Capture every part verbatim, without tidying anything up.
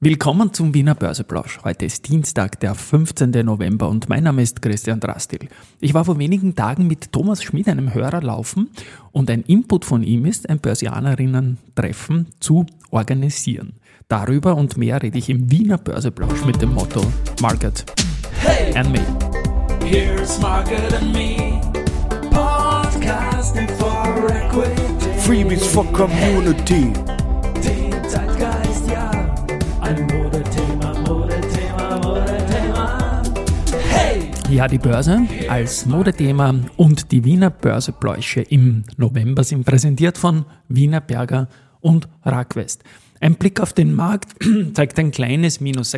Willkommen zum Wiener Börseplausch. Heute ist Dienstag, der fünfzehnten November und mein Name ist Christian Drastil. Ich war vor wenigen Tagen mit Thomas Schmidt, einem Hörer, laufen und ein Input von ihm ist, ein Börsianerinnen-Treffen zu organisieren. Darüber und mehr rede ich im Wiener Börseplausch mit dem Motto Market Hey, and Me. here's Market and Me, podcasting for equity. Freebies for Community. Den Zeitgeist, ja, ein Modethema, Modethema, Modethema. Hey! Ja, die Börse als Modethema und die Wiener Börsepläusche im November sind präsentiert von Wienerberger und Rackwest. Ein Blick auf den Markt zeigt ein kleines Minus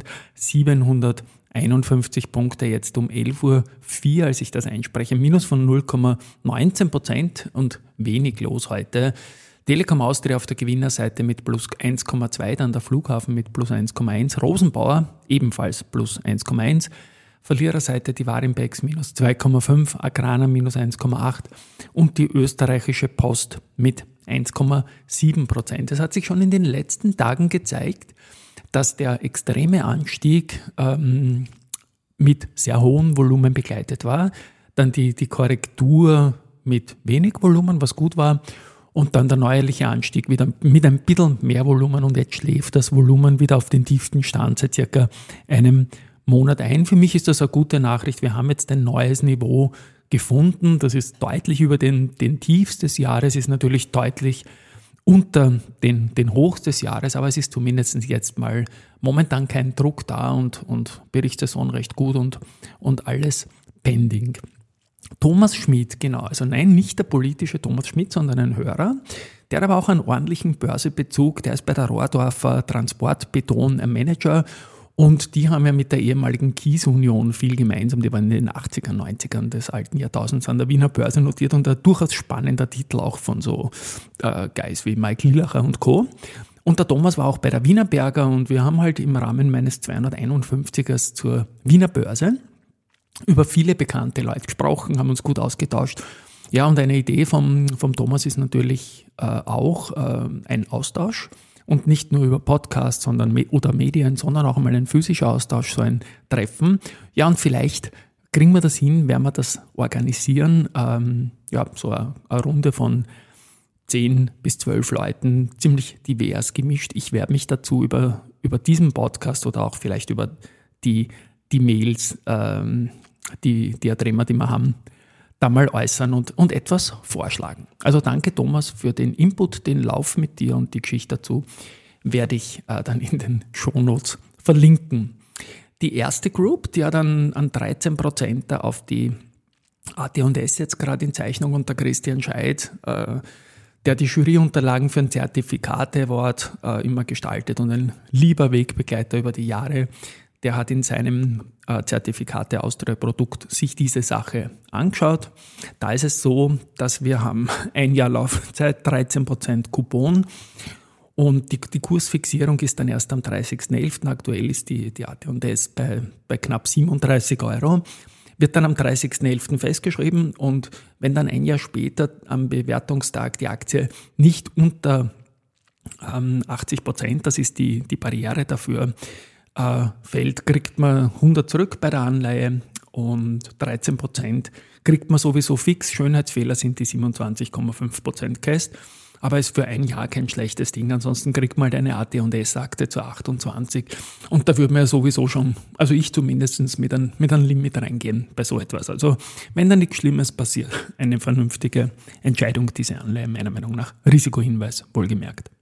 sechstausendsiebenhunderteinundfünfzig Punkte jetzt um elf Uhr vier, als ich das einspreche. Minus von null Komma neunzehn Prozent und wenig los heute. Telekom Austria auf der Gewinnerseite mit plus eins Komma zwei, dann der Flughafen mit plus eins Komma eins, Rosenbauer ebenfalls plus eins Komma eins, Verliererseite die Warimpex minus zwei Komma fünf, Agrana minus eins Komma acht und die österreichische Post mit eins Komma sieben Prozent. Es hat sich schon in den letzten Tagen gezeigt, dass der extreme Anstieg ähm, mit sehr hohem Volumen begleitet war, dann die, die Korrektur mit wenig Volumen, was gut war, und dann der neuerliche Anstieg wieder mit ein bisschen mehr Volumen und jetzt schläft das Volumen wieder auf den tiefsten Stand seit circa einem Monat ein. Für mich ist das eine gute Nachricht. Wir haben jetzt ein neues Niveau gefunden. Das ist deutlich über den, den Tiefs des Jahres, ist natürlich deutlich unter den, den Hochs des Jahres, aber es ist zumindest jetzt mal momentan kein Druck da und, und Berichtssaison recht gut und, und alles pending. Thomas Schmidt, genau, also nein, nicht der politische Thomas Schmidt, sondern ein Hörer, der hat aber auch einen ordentlichen Börsebezug, der ist bei der Rohrdorfer Transportbeton ein Manager und die haben ja mit der ehemaligen Kies-Union viel gemeinsam, die waren in den achtzigern, neunzigern des alten Jahrtausends an der Wiener Börse notiert und ein durchaus spannender Titel auch von so äh, Guys wie Mike Lillacher und Co. Und der Thomas war auch bei der Wienerberger und wir haben halt im Rahmen meines zweihunderteinundfünfzigers zur Wiener Börse über viele bekannte Leute gesprochen, haben uns gut ausgetauscht. Ja, und eine Idee vom, vom Thomas ist natürlich äh, auch äh, ein Austausch und nicht nur über Podcasts sondern me- oder Medien, sondern auch einmal ein physischer Austausch, so ein Treffen. Ja, und vielleicht kriegen wir das hin, werden wir das organisieren. Ähm, ja, so eine, eine Runde von zehn bis zwölf Leuten, ziemlich divers gemischt. Ich werde mich dazu über, über diesen Podcast oder auch vielleicht über die, die Mails, ähm, die, die Adrema, die wir haben, da mal äußern und, und etwas vorschlagen. Also danke Thomas für den Input, den Lauf mit dir und die Geschichte dazu werde ich äh, dann in den Shownotes verlinken. Die erste Group, die hat dann an dreizehn Prozent auf die A T und S jetzt gerade in Zeichnung unter Christian Scheidt, äh, der die Juryunterlagen für ein Zertifikate-Award äh, immer gestaltet und ein lieber Wegbegleiter über die Jahre. Der hat in seinem äh, Zertifikate Austria-Produkt sich diese Sache angeschaut. Da ist es so, dass wir haben ein Jahr Laufzeit, dreizehn Prozent Coupon und die, die Kursfixierung ist dann erst am dreißigsten elften Aktuell ist die, die A T und S bei, bei knapp siebenunddreißig Euro. Wird dann am dreißigsten elften festgeschrieben und wenn dann ein Jahr später am Bewertungstag die Aktie nicht unter ähm, achtzig Prozent, das ist die, die Barriere dafür, Äh, fällt, kriegt man hundert zurück bei der Anleihe und dreizehn Prozent kriegt man sowieso fix. Schönheitsfehler sind die siebenundzwanzig Komma fünf Prozent Käst, aber ist für ein Jahr kein schlechtes Ding. Ansonsten kriegt man halt eine A T und S-Akte zu achtundzwanzig und da würde man ja sowieso schon, also ich zumindest mit einem mit einem Limit reingehen bei so etwas. Also wenn da nichts Schlimmes passiert, eine vernünftige Entscheidung, diese Anleihe meiner Meinung nach. Risikohinweis, wohlgemerkt.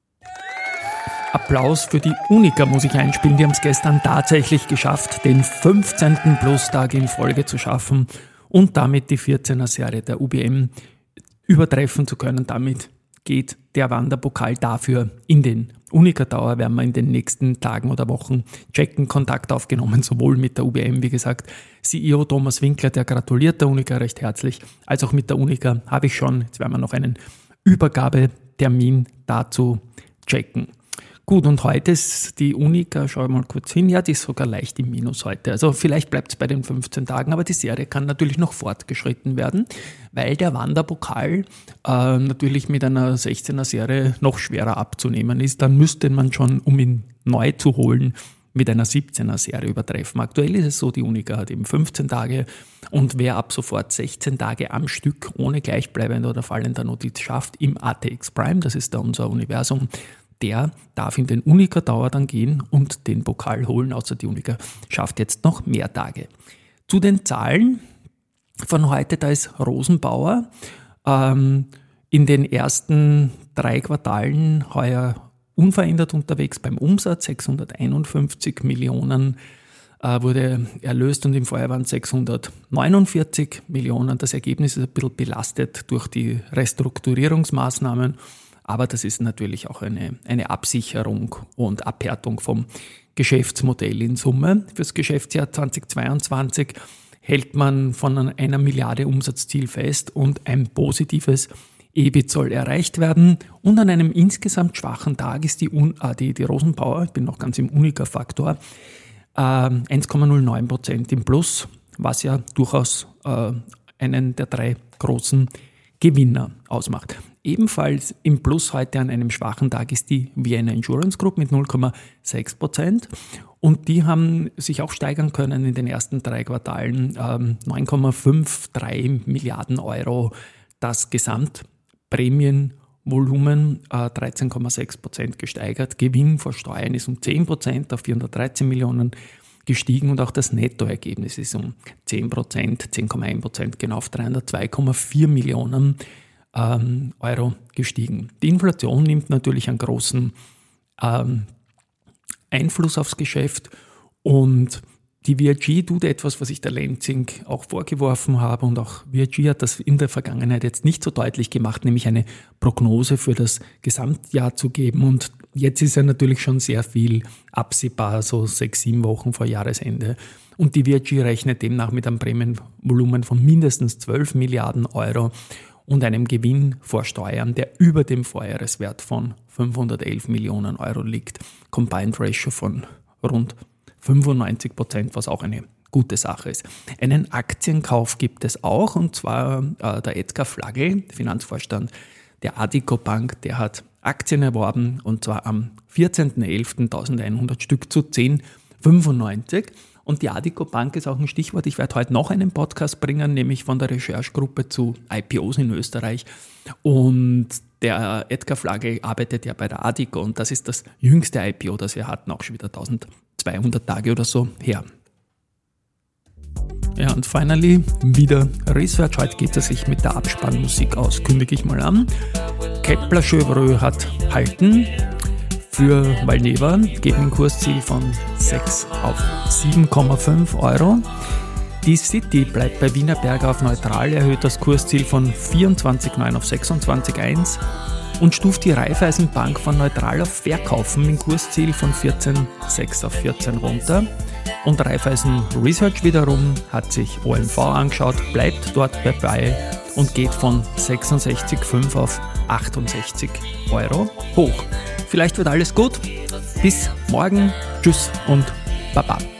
Applaus für die Unica muss ich einspielen. Die haben es gestern tatsächlich geschafft, den fünfzehnten Plus-Tag in Folge zu schaffen und damit die vierzehner-Serie der U B M übertreffen zu können. Damit geht der Wanderpokal dafür in den Unica Tower. Werden wir in den nächsten Tagen oder Wochen checken. Kontakt aufgenommen, sowohl mit der U B M, wie gesagt, C E O Thomas Winkler, der gratuliert der Unica recht herzlich, als auch mit der Unica habe ich schon. Jetzt werden wir noch einen Übergabetermin dazu checken. Gut, und heute ist die Unica, schau ich mal kurz hin, ja, die ist sogar leicht im Minus heute. Also vielleicht bleibt es bei den fünfzehn Tagen, aber die Serie kann natürlich noch fortgeschritten werden, weil der Wanderpokal äh, natürlich mit einer sechzehner-Serie noch schwerer abzunehmen ist. Dann müsste man schon, um ihn neu zu holen, mit einer siebzehner-Serie übertreffen. Aktuell ist es so, die Unica hat eben fünfzehn Tage und wer ab sofort sechzehn Tage am Stück ohne gleichbleibender oder fallender Notiz schafft im A T X Prime, das ist da unser Universum, der darf in den Unica Tower dann gehen und den Pokal holen, außer die Unica schafft jetzt noch mehr Tage. Zu den Zahlen von heute, da ist Rosenbauer ähm, in den ersten drei Quartalen heuer unverändert unterwegs beim Umsatz, sechshunderteinundfünfzig Millionen äh, wurde erlöst und im Vorjahr waren es sechshundertneunundvierzig Millionen. Das Ergebnis ist ein bisschen belastet durch die Restrukturierungsmaßnahmen, aber das ist natürlich auch eine, eine Absicherung und Abhärtung vom Geschäftsmodell in Summe. Fürs Geschäftsjahr zweitausendzweiundzwanzig hält man von einer Milliarde Umsatzziel fest und ein positives E B I T soll erreicht werden und an einem insgesamt schwachen Tag ist die, Un- äh, die, die Rosenbauer, ich bin noch ganz im Unica-Faktor, äh, eins Komma null neun Prozent im Plus, was ja durchaus äh, einen der drei großen Gewinner ausmacht. Ebenfalls im Plus heute an einem schwachen Tag ist die Vienna Insurance Group mit null Komma sechs Prozent und die haben sich auch steigern können in den ersten drei Quartalen, ähm, neun Komma dreiundfünfzig Milliarden Euro, das Gesamt Prämienvolumen äh, dreizehn Komma sechs Prozent gesteigert. Gewinn vor Steuern ist um zehn Prozent auf vierhundertdreizehn Millionen gestiegen und auch das Nettoergebnis ist um zehn Prozent, zehn Komma eins Prozent genau auf dreihundertzwei Komma vier Millionen ähm, Euro gestiegen. Die Inflation nimmt natürlich einen großen ähm, Einfluss aufs Geschäft und die V I G tut etwas, was ich der Lenzing auch vorgeworfen habe und auch V I G hat das in der Vergangenheit jetzt nicht so deutlich gemacht, nämlich eine Prognose für das Gesamtjahr zu geben und jetzt ist ja natürlich schon sehr viel absehbar, so sechs, sieben Wochen vor Jahresende und die V I G rechnet demnach mit einem Prämienvolumen von mindestens zwölf Milliarden Euro und einem Gewinn vor Steuern, der über dem Vorjahreswert von fünfhundertelf Millionen Euro liegt. Combined Ratio von rund fünfundneunzig Prozent, was auch eine gute Sache ist. Einen Aktienkauf gibt es auch, und zwar äh, der Edgar Flagl, Finanzvorstand der Addiko Bank, der hat Aktien erworben, und zwar am vierzehnten elften eintausendeinhundert Stück zu zehn Komma fünfundneunzig. Und die Addiko Bank ist auch ein Stichwort. Ich werde heute noch einen Podcast bringen, nämlich von der Recherchegruppe zu I P Os in Österreich. Und der Edgar Flagl arbeitet ja bei der Addiko und das ist das jüngste I P O, das wir hatten, auch schon wieder eintausendzweihundert Tage oder so her. Ja, und finally wieder Research. Heute geht es sich mit der Abspannmusik aus, kündige ich mal an. Kepler Chevreux hat halten für Valneva, geben ein Kursziel von sechs auf sieben Komma fünf Euro. Die City bleibt bei Wienerberger auf neutral, erhöht das Kursziel von vierundzwanzig Komma neun auf sechsundzwanzig Komma eins und stuft die Raiffeisenbank von neutral auf verkaufen mit Kursziel von vierzehn Komma sechs auf vierzehn runter. Und Raiffeisen Research wiederum hat sich O M V angeschaut, bleibt dort dabei und geht von sechsundsechzig Komma fünf auf achtundsechzig Euro hoch. Vielleicht wird alles gut. Bis morgen. Tschüss und Baba.